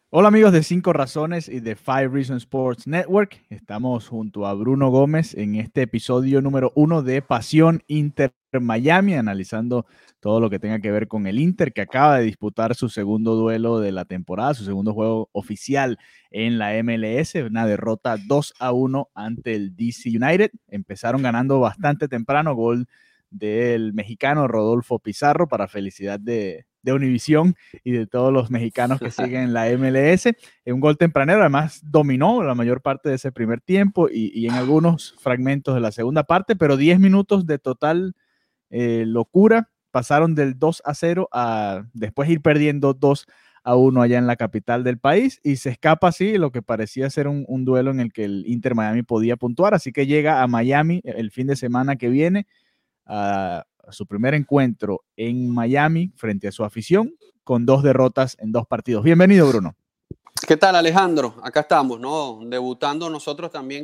Hola amigos de Cinco Razones y de Five Reasons Sports Network. Estamos junto a Bruno Gómez en este episodio número 1 de Pasión Inter Miami, analizando todo lo que tenga que ver con el Inter, que acaba de disputar su segundo duelo de la temporada, su segundo juego oficial en la MLS, una derrota 2-1 ante el DC United. Empezaron ganando bastante temprano, gol del mexicano Rodolfo Pizarro para felicidad de Univisión y de todos los mexicanos que siguen la MLS. Un gol tempranero, además dominó la mayor parte de ese primer tiempo y en algunos fragmentos de la segunda parte, pero 10 minutos de total locura. Pasaron del 2-0 a después ir perdiendo 2-1 allá en la capital del país y se escapa así lo que parecía ser un duelo en el que el Inter Miami podía puntuar, así que llega a Miami el fin de semana que viene a su primer encuentro en Miami frente a su afición con 2 derrotas en 2 partidos. Bienvenido, Bruno. ¿Qué tal, Alejandro? Acá estamos, ¿no? Debutando nosotros también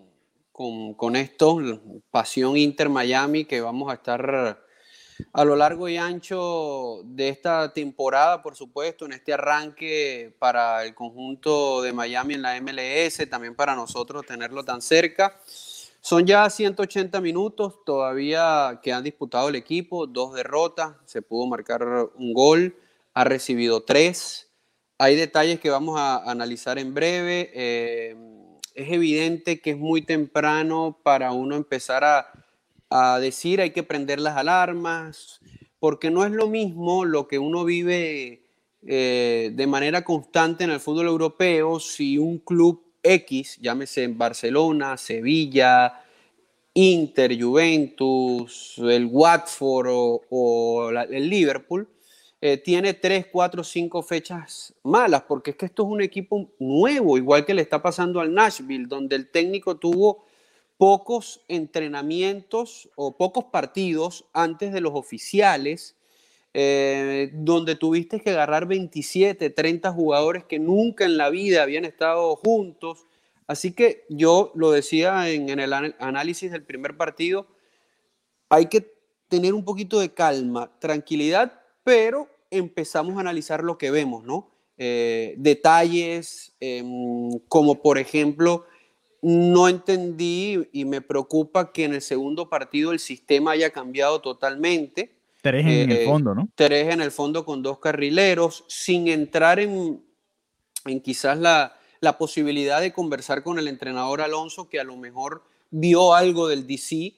con esto, Pasión Inter Miami, que vamos a estar a lo largo y ancho de esta temporada, por supuesto, en este arranque para el conjunto de Miami en la MLS, también para nosotros tenerlo tan cerca. Son ya 180 minutos todavía que han disputado el equipo, 2 derrotas, se pudo marcar un gol, ha recibido 3. Hay detalles que vamos a analizar en breve. Es evidente que es muy temprano para uno empezar a decir hay que prender las alarmas, porque no es lo mismo lo que uno vive de manera constante en el fútbol europeo si un club X, llámese Barcelona, Sevilla, Inter, Juventus, el Watford o el Liverpool, tiene 3, 4, 5 fechas malas, porque es que esto es un equipo nuevo, igual que le está pasando al Nashville, donde el técnico tuvo pocos entrenamientos o pocos partidos antes de los oficiales, donde tuviste que agarrar 27, 30 jugadores que nunca en la vida habían estado juntos. Así que yo lo decía en el análisis del primer partido, hay que tener un poquito de calma, tranquilidad, pero empezamos a analizar lo que vemos, ¿no? Detalles, como por ejemplo, no entendí y me preocupa que en el segundo partido el sistema haya cambiado totalmente. 3 en el Eh, fondo, ¿no? 3 en el fondo con 2 carrileros, sin entrar en quizás la posibilidad de conversar con el entrenador Alonso, que a lo mejor vio algo del DC,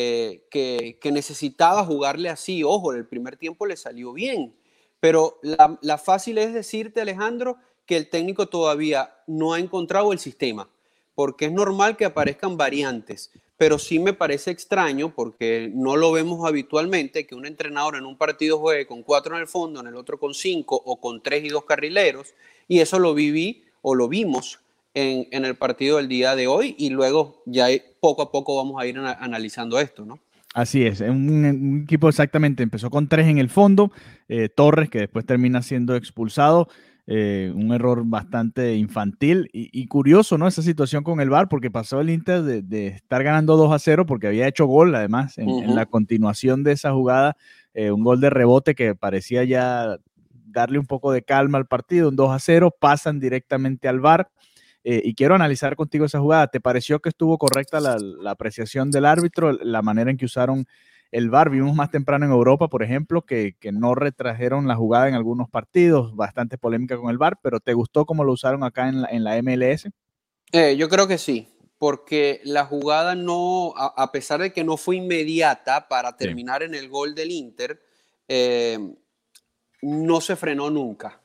que necesitaba jugarle así. Ojo, el primer tiempo le salió bien, pero la fácil es decirte, Alejandro, que el técnico todavía no ha encontrado el sistema, porque es normal que aparezcan variantes, pero sí me parece extraño, porque no lo vemos habitualmente, que un entrenador en un partido juegue con 4 en el fondo, en el otro con 5 o con 3 y 2 carrileros, y eso lo viví o lo vimos en el partido del día de hoy, y luego ya poco a poco vamos a ir analizando esto, ¿no? Así es, un equipo exactamente, empezó con 3 en el fondo, Torres que después termina siendo expulsado, un error bastante infantil y curioso, ¿no? Esa situación con el VAR, porque pasó el Inter de estar ganando 2-0 porque había hecho gol, además, en la continuación de esa jugada, un gol de rebote que parecía ya darle un poco de calma al partido, un 2-0, pasan directamente al VAR. Y quiero analizar contigo esa jugada. ¿Te pareció que estuvo correcta la apreciación del árbitro, la manera en que usaron el VAR? Vimos más temprano en Europa, por ejemplo, que no retrajeron la jugada en algunos partidos, bastante polémica con el VAR, pero ¿te gustó cómo lo usaron acá en la MLS? Yo creo que sí, porque la jugada no, a pesar de que no fue inmediata para Sí. terminar en el gol del Inter, eh, no se frenó nunca.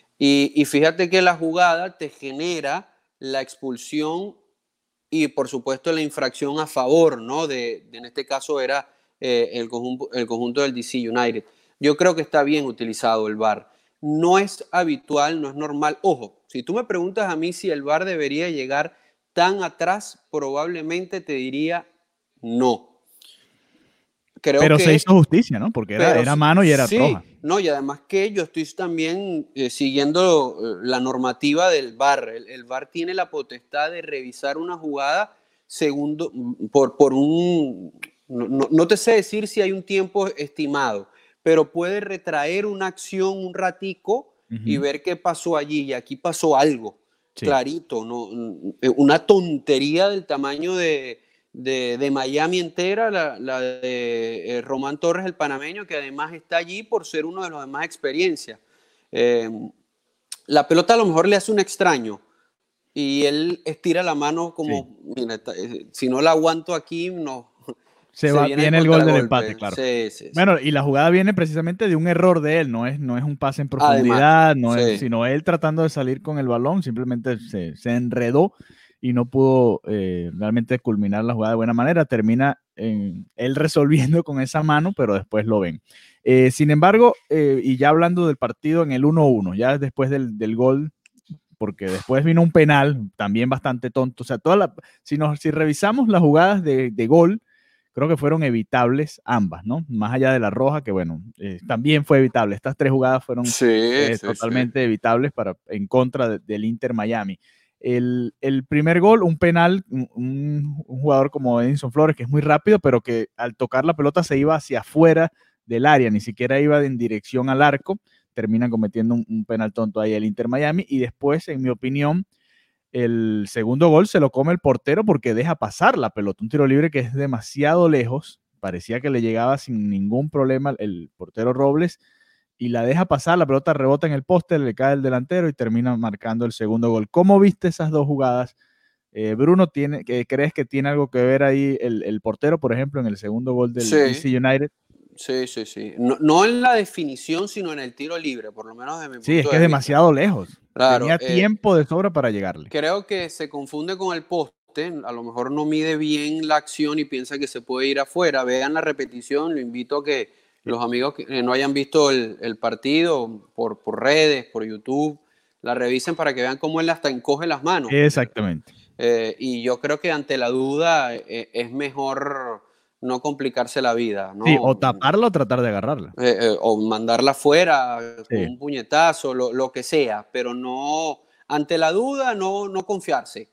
Y fíjate que la jugada te genera la expulsión y por supuesto la infracción a favor, ¿no? En este caso era el conjunto del DC United. Yo creo que está bien utilizado el VAR. No es habitual, no es normal. Ojo, si tú me preguntas a mí si el VAR debería llegar tan atrás, probablemente te diría no. Creo Pero se que hizo justicia, ¿no? Porque era mano y era roja. sí, no, y además que yo estoy también siguiendo la normativa del VAR. El VAR tiene la potestad de revisar una jugada segundo, por un, no te sé decir si hay un tiempo estimado, pero puede retraer una acción un ratico y ver qué pasó allí. Y aquí pasó algo clarito, ¿no? Una tontería del tamaño de Miami entera, la de Román Torres, el panameño, que además está allí por ser uno de los de más experiencia. La pelota a lo mejor le hace un extraño y él estira la mano como, mira, si no la aguanto aquí, no. Viene el gol del empate, claro. Sí. Bueno, y la jugada viene precisamente de un error de él, no es un pase en profundidad, sino él tratando de salir con el balón, simplemente se enredó y no pudo realmente culminar la jugada de buena manera. Termina él resolviendo con esa mano, pero después lo ven. Sin embargo, y ya hablando del partido en el 1-1, ya después del gol, porque después vino un penal también bastante tonto. O sea, si revisamos las jugadas de gol, creo que fueron evitables ambas, ¿no? Más allá de la roja, que bueno, también fue evitable. Estas 3 jugadas fueron totalmente evitables en contra del Inter Miami. El primer gol, un penal, un jugador como Edinson Flores, que es muy rápido, pero que al tocar la pelota se iba hacia afuera del área, ni siquiera iba en dirección al arco. Terminan cometiendo un penal tonto ahí el Inter Miami. Y después, en mi opinión, el segundo gol se lo come el portero porque deja pasar la pelota. Un tiro libre que es demasiado lejos. Parecía que le llegaba sin ningún problema el portero Robles y la deja pasar. La pelota rebota en el poste, le cae el delantero y termina marcando el segundo gol. ¿Cómo viste esas dos jugadas? Bruno, ¿crees que tiene algo que ver ahí el portero, por ejemplo, en el segundo gol del DC United? Sí. No en la definición, sino en el tiro libre, por lo menos de mi punto de vista. Sí, es que es demasiado lejos. Claro, tenía tiempo de sobra para llegarle. Creo que se confunde con el poste, a lo mejor no mide bien la acción y piensa que se puede ir afuera. Vean la repetición, lo invito a que los amigos que no hayan visto el partido por redes, por YouTube, la revisen para que vean cómo él hasta encoge las manos. Exactamente. Y yo creo que ante la duda es mejor no complicarse la vida, ¿no? Sí, o taparla o tratar de agarrarla. O mandarla afuera con un puñetazo, lo que sea, pero no, ante la duda, no confiarse.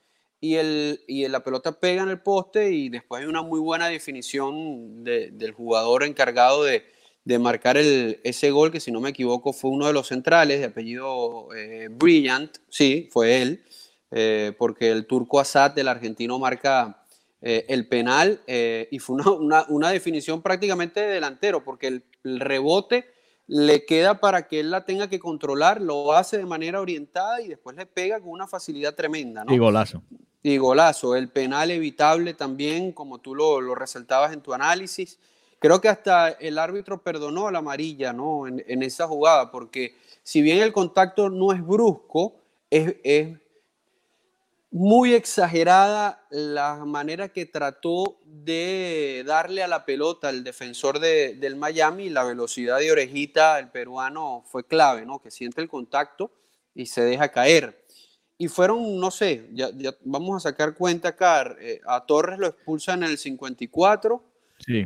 Y la pelota pega en el poste y después hay una muy buena definición del jugador encargado de marcar ese gol, que si no me equivoco fue uno de los centrales, de apellido Brillant, sí, fue él, porque el turco Asad, del argentino, marca el penal y fue una definición prácticamente de delantero, porque el rebote le queda para que él la tenga que controlar, lo hace de manera orientada y después le pega con una facilidad tremenda, ¿no? Y golazo. Y golazo, el penal evitable también, como tú lo resaltabas en tu análisis. Creo que hasta el árbitro perdonó la amarilla, ¿no? En esa jugada, porque si bien el contacto no es brusco, es muy exagerada la manera que trató de darle a la pelota el defensor del Miami. La velocidad de Orejita, el peruano, fue clave, ¿no? Que siente el contacto y se deja caer. Y fueron, no sé, ya vamos a sacar cuenta acá. A Torres lo expulsan en el 54. Sí.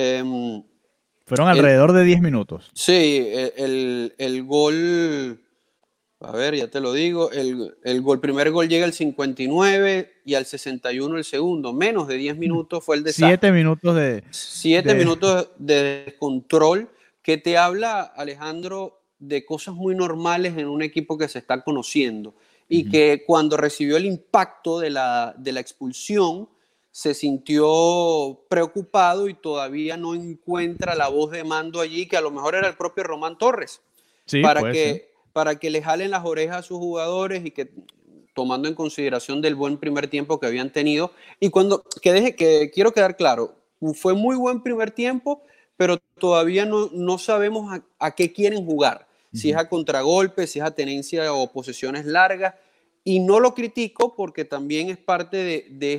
Fueron alrededor de 10 minutos. Sí, el gol... A ver, ya te lo digo, el primer gol llega al 59 y al 61 el segundo. Menos de 10 minutos fue el desastre. 7 minutos de... 7 minutos de descontrol, que te habla, Alejandro, de cosas muy normales en un equipo que se está conociendo. Y que cuando recibió el impacto de la expulsión, se sintió preocupado y todavía no encuentra la voz de mando allí, que a lo mejor era el propio Román Torres. Sí, para que le jalen las orejas a sus jugadores y que, tomando en consideración del buen primer tiempo que habían tenido, y que quiero quedar claro, fue muy buen primer tiempo, pero todavía no sabemos a qué quieren jugar, si es a contragolpe, si es a tenencia o posesiones largas, y no lo critico porque también es parte de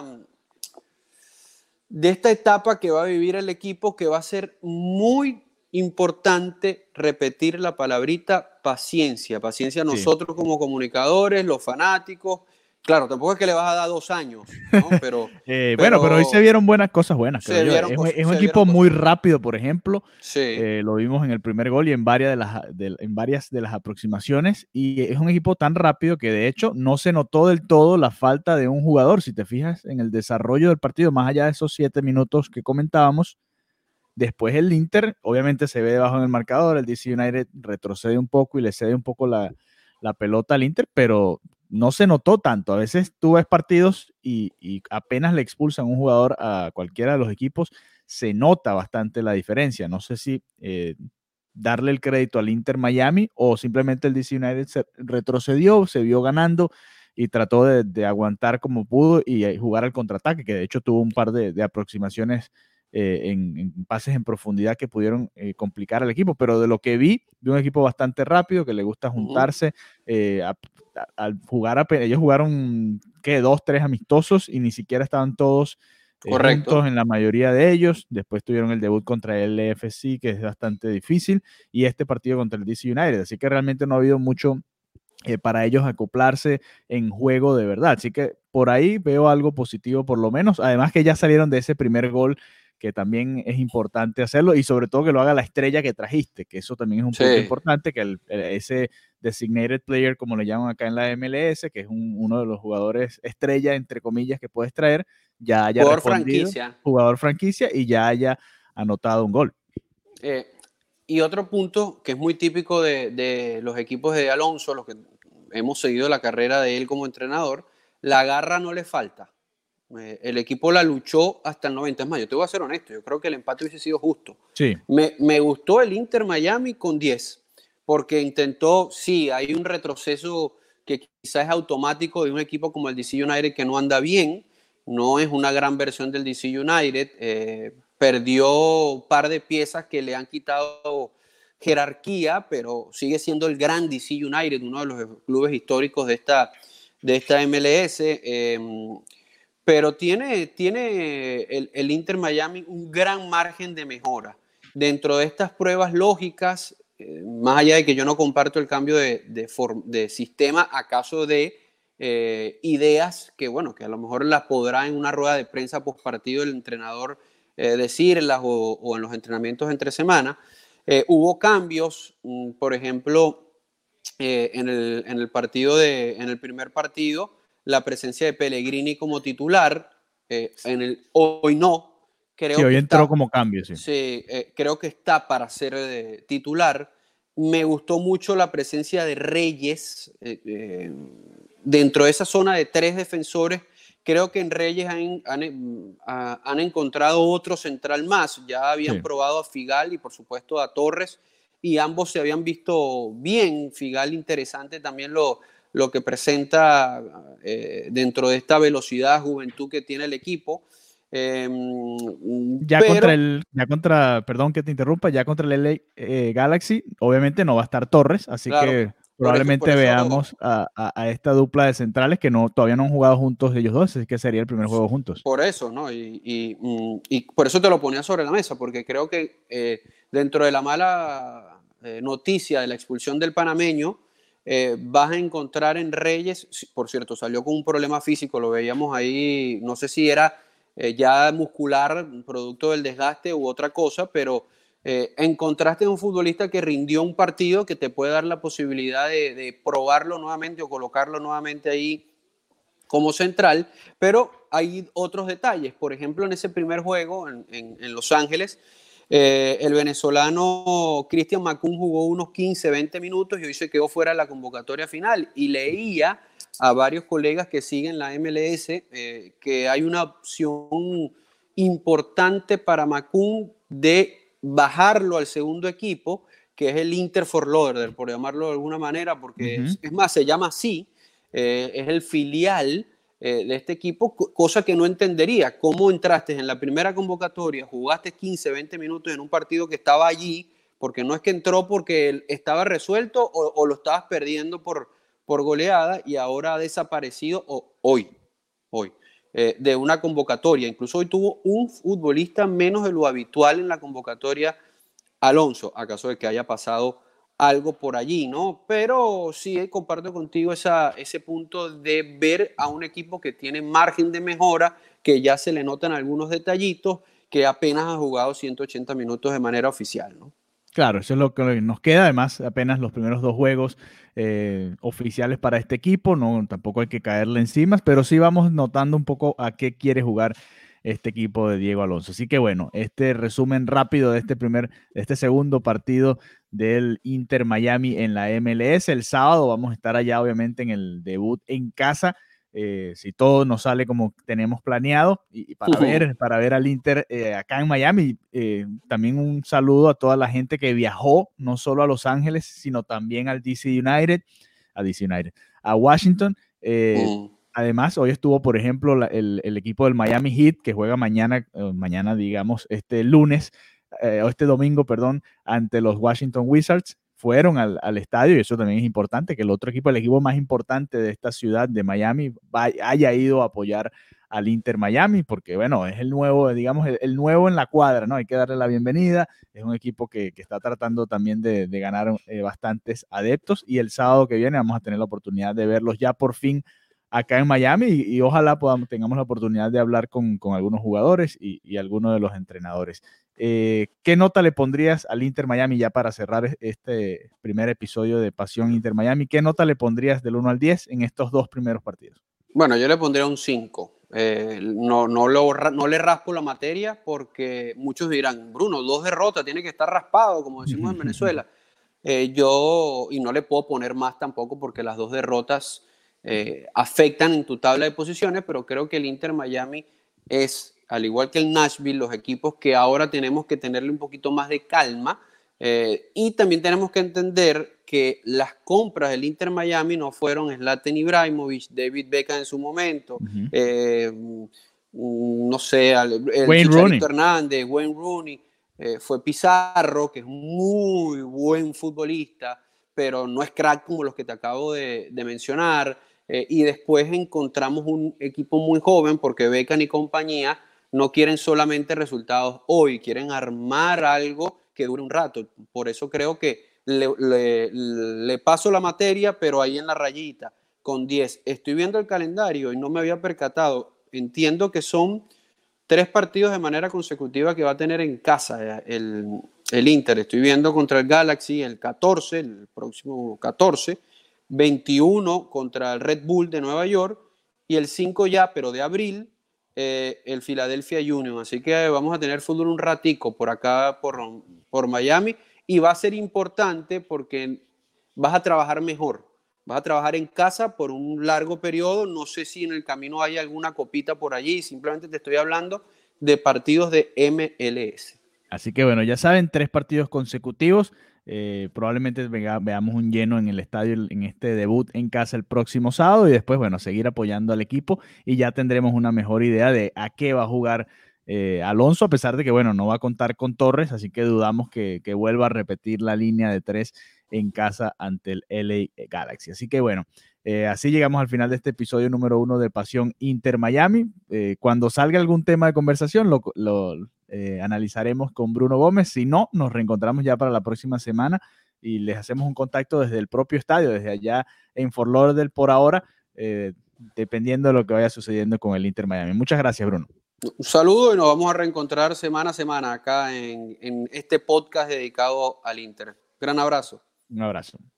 esta etapa que va a vivir el equipo, que va a ser muy importante repetir la palabrita paciencia. Paciencia nosotros como comunicadores, los fanáticos. Claro, tampoco es que le vas a dar 2 años, ¿no? Pero hoy se vieron cosas buenas. Es un equipo muy rápido, por ejemplo. Sí. Lo vimos en el primer gol y en varias de las aproximaciones. Y es un equipo tan rápido que, de hecho, no se notó del todo la falta de un jugador. Si te fijas en el desarrollo del partido, más allá de esos 7 minutos que comentábamos, Después el Inter, obviamente se ve debajo en el marcador, el DC United retrocede un poco y le cede un poco la pelota al Inter, pero no se notó tanto. A veces tú ves partidos y apenas le expulsan un jugador a cualquiera de los equipos, se nota bastante la diferencia. No sé si darle el crédito al Inter Miami o simplemente el DC United se retrocedió, se vio ganando y trató de aguantar como pudo y jugar al contraataque, que de hecho tuvo un par de aproximaciones en pases en profundidad que pudieron complicar al equipo, pero de lo que vi, de un equipo bastante rápido, que le gusta juntarse, al jugar, ellos jugaron, ¿qué? 2, 3 amistosos y ni siquiera estaban todos juntos en la mayoría de ellos. Después tuvieron el debut contra el LFC, que es bastante difícil, y este partido contra el DC United, así que realmente no ha habido mucho para ellos acoplarse en juego de verdad. Así que por ahí veo algo positivo por lo menos. Además que ya salieron de ese primer gol, que también es importante hacerlo, y sobre todo que lo haga la estrella que trajiste, que eso también es un punto importante, que ese designated player, como le llaman acá en la MLS, que es uno de los jugadores estrella, entre comillas, que puedes traer, ya haya respondido, jugador franquicia, y ya haya anotado un gol. Y otro punto que es muy típico de los equipos de Alonso, los que hemos seguido la carrera de él como entrenador, la garra no le falta. El equipo la luchó hasta el 90. Es más, yo te voy a ser honesto, yo creo que el empate hubiese sido justo. Sí. Me gustó el Inter Miami con 10, porque intentó, sí, hay un retroceso que quizás es automático de un equipo como el DC United que no anda bien, no es una gran versión del DC United, perdió un par de piezas que le han quitado jerarquía, pero sigue siendo el gran DC United, uno de los clubes históricos de esta MLS. Pero tiene el Inter Miami un gran margen de mejora. Dentro de estas pruebas lógicas, más allá de que yo no comparto el cambio de sistema, acaso de ideas que, bueno, que a lo mejor las podrá en una rueda de prensa post partido el entrenador decirlas o en los entrenamientos entre semana. Hubo cambios, por ejemplo, en el primer partido, la presencia de Pellegrini como titular, hoy no. Creo que hoy entró como cambio, sí. Sí, creo que está para ser titular. Me gustó mucho la presencia de Reyes dentro de esa zona de 3 defensores. Creo que en Reyes han encontrado otro central más. Ya habían probado a Figal y por supuesto a Torres, y ambos se habían visto bien. Figal interesante también lo que presenta dentro de esta velocidad, juventud que tiene el equipo. Perdón que te interrumpa, ya contra el LA Galaxy, obviamente no va a estar Torres, así que probablemente veamos a esta dupla de centrales que todavía no han jugado juntos ellos dos, así que sería el primer juego juntos. Por eso, ¿no? Y por eso te lo ponía sobre la mesa, porque creo que dentro de la mala noticia de la expulsión del panameño, vas a encontrar en Reyes, por cierto, salió con un problema físico, lo veíamos ahí, no sé si era ya muscular, producto del desgaste u otra cosa, pero encontraste un futbolista que rindió un partido, que te puede dar la posibilidad de probarlo nuevamente o colocarlo nuevamente ahí como central, pero hay otros detalles. Por ejemplo, en ese primer juego en Los Ángeles, el venezolano Christian Macún jugó unos 15, 20 minutos y hoy se quedó fuera de la convocatoria final. Y leía a varios colegas que siguen la MLS que hay una opción importante para Macún de bajarlo al segundo equipo, que es el Inter Fort Lauderdale, por llamarlo de alguna manera, porque es más, se llama así, es el filial de este equipo, cosa que no entendería. ¿Cómo entraste en la primera convocatoria, jugaste 15, 20 minutos en un partido que estaba allí, porque no es que entró porque estaba resuelto o lo estabas perdiendo por goleada, y ahora ha desaparecido hoy, de una convocatoria? Incluso hoy tuvo un futbolista menos de lo habitual en la convocatoria Alonso, acaso de que haya pasado algo por allí, ¿no? Pero sí comparto contigo ese punto de ver a un equipo que tiene margen de mejora, que ya se le notan algunos detallitos, que apenas ha jugado 180 minutos de manera oficial, ¿no? Claro, eso es lo que nos queda. Además, apenas los primeros 2 juegos oficiales para este equipo. No, tampoco hay que caerle encima, pero sí vamos notando un poco a qué quiere jugar este equipo de Diego Alonso. Así que bueno, este resumen rápido de este segundo partido del Inter Miami en la MLS. El sábado vamos a estar allá, obviamente, en el debut en casa. Si todo nos sale como tenemos planeado y para ver al Inter acá en Miami. También un saludo a toda la gente que viajó no solo a Los Ángeles, sino también al a Washington. Además, hoy estuvo, por ejemplo, el equipo del Miami Heat, que juega mañana digamos, este lunes, o este domingo, perdón, ante los Washington Wizards. Fueron al estadio, y eso también es importante, que el equipo más importante de esta ciudad de Miami haya ido a apoyar al Inter Miami, porque bueno, es el nuevo, digamos, el nuevo en la cuadra, ¿no? Hay que darle la bienvenida. Es un equipo que está tratando también de ganar bastantes adeptos, y el sábado que viene vamos a tener la oportunidad de verlos ya por fin acá en Miami, y ojalá tengamos la oportunidad de hablar con algunos jugadores y algunos de los entrenadores. ¿Qué nota le pondrías al Inter Miami ya para cerrar este primer episodio de Pasión Inter Miami? ¿Qué nota le pondrías del 1 al 10 en estos dos primeros partidos? Bueno, yo le pondría un 5. No le raspo la materia porque muchos dirán, Bruno, 2 derrotas, tiene que estar raspado, como decimos en Venezuela. Y no le puedo poner más tampoco porque las 2 derrotas afectan en tu tabla de posiciones, pero creo que el Inter Miami es, al igual que el Nashville, los equipos que ahora tenemos que tenerle un poquito más de calma, y también tenemos que entender que las compras del Inter Miami no fueron Zlatan Ibrahimovic, David Beckham en su momento, no sé, el Chicharito Hernández, Wayne Rooney, fue Pizarro, que es muy buen futbolista, pero no es crack como los que te acabo de mencionar. Y después encontramos un equipo muy joven, porque Beckham y compañía no quieren solamente resultados hoy, quieren armar algo que dure un rato. Por eso creo que le paso la materia, pero ahí en la rayita, con 10. Estoy viendo el calendario y no me había percatado. Entiendo que son 3 partidos de manera consecutiva que va a tener en casa el Inter. Estoy viendo contra el Galaxy el 14, el próximo 14, 21 contra el Red Bull de Nueva York, y el 5 ya, pero de abril, el Philadelphia Union. Así que vamos a tener fútbol un ratico por acá, por Miami, y va a ser importante porque vas a trabajar mejor. Vas a trabajar en casa por un largo periodo. No sé si en el camino hay alguna copita por allí. Simplemente te estoy hablando de partidos de MLS. Así que bueno, ya saben, 3 partidos consecutivos. Probablemente veamos un lleno en el estadio en este debut en casa el próximo sábado, y después, bueno, seguir apoyando al equipo, y ya tendremos una mejor idea de a qué va a jugar Alonso, a pesar de que, bueno, no va a contar con Torres, así que dudamos que vuelva a repetir la línea de 3 en casa ante el LA Galaxy. Así que bueno, así llegamos al final de este episodio número 1 de Pasión Inter Miami. Cuando salga algún tema de conversación, lo analizaremos con Bruno Gómez. Si no, nos reencontramos ya para la próxima semana y les hacemos un contacto desde el propio estadio, desde allá en Fort Lauderdale por ahora, dependiendo de lo que vaya sucediendo con el Inter Miami. Muchas gracias, Bruno. Un saludo y nos vamos a reencontrar semana a semana acá en este podcast dedicado al Inter. Gran abrazo. Un abrazo.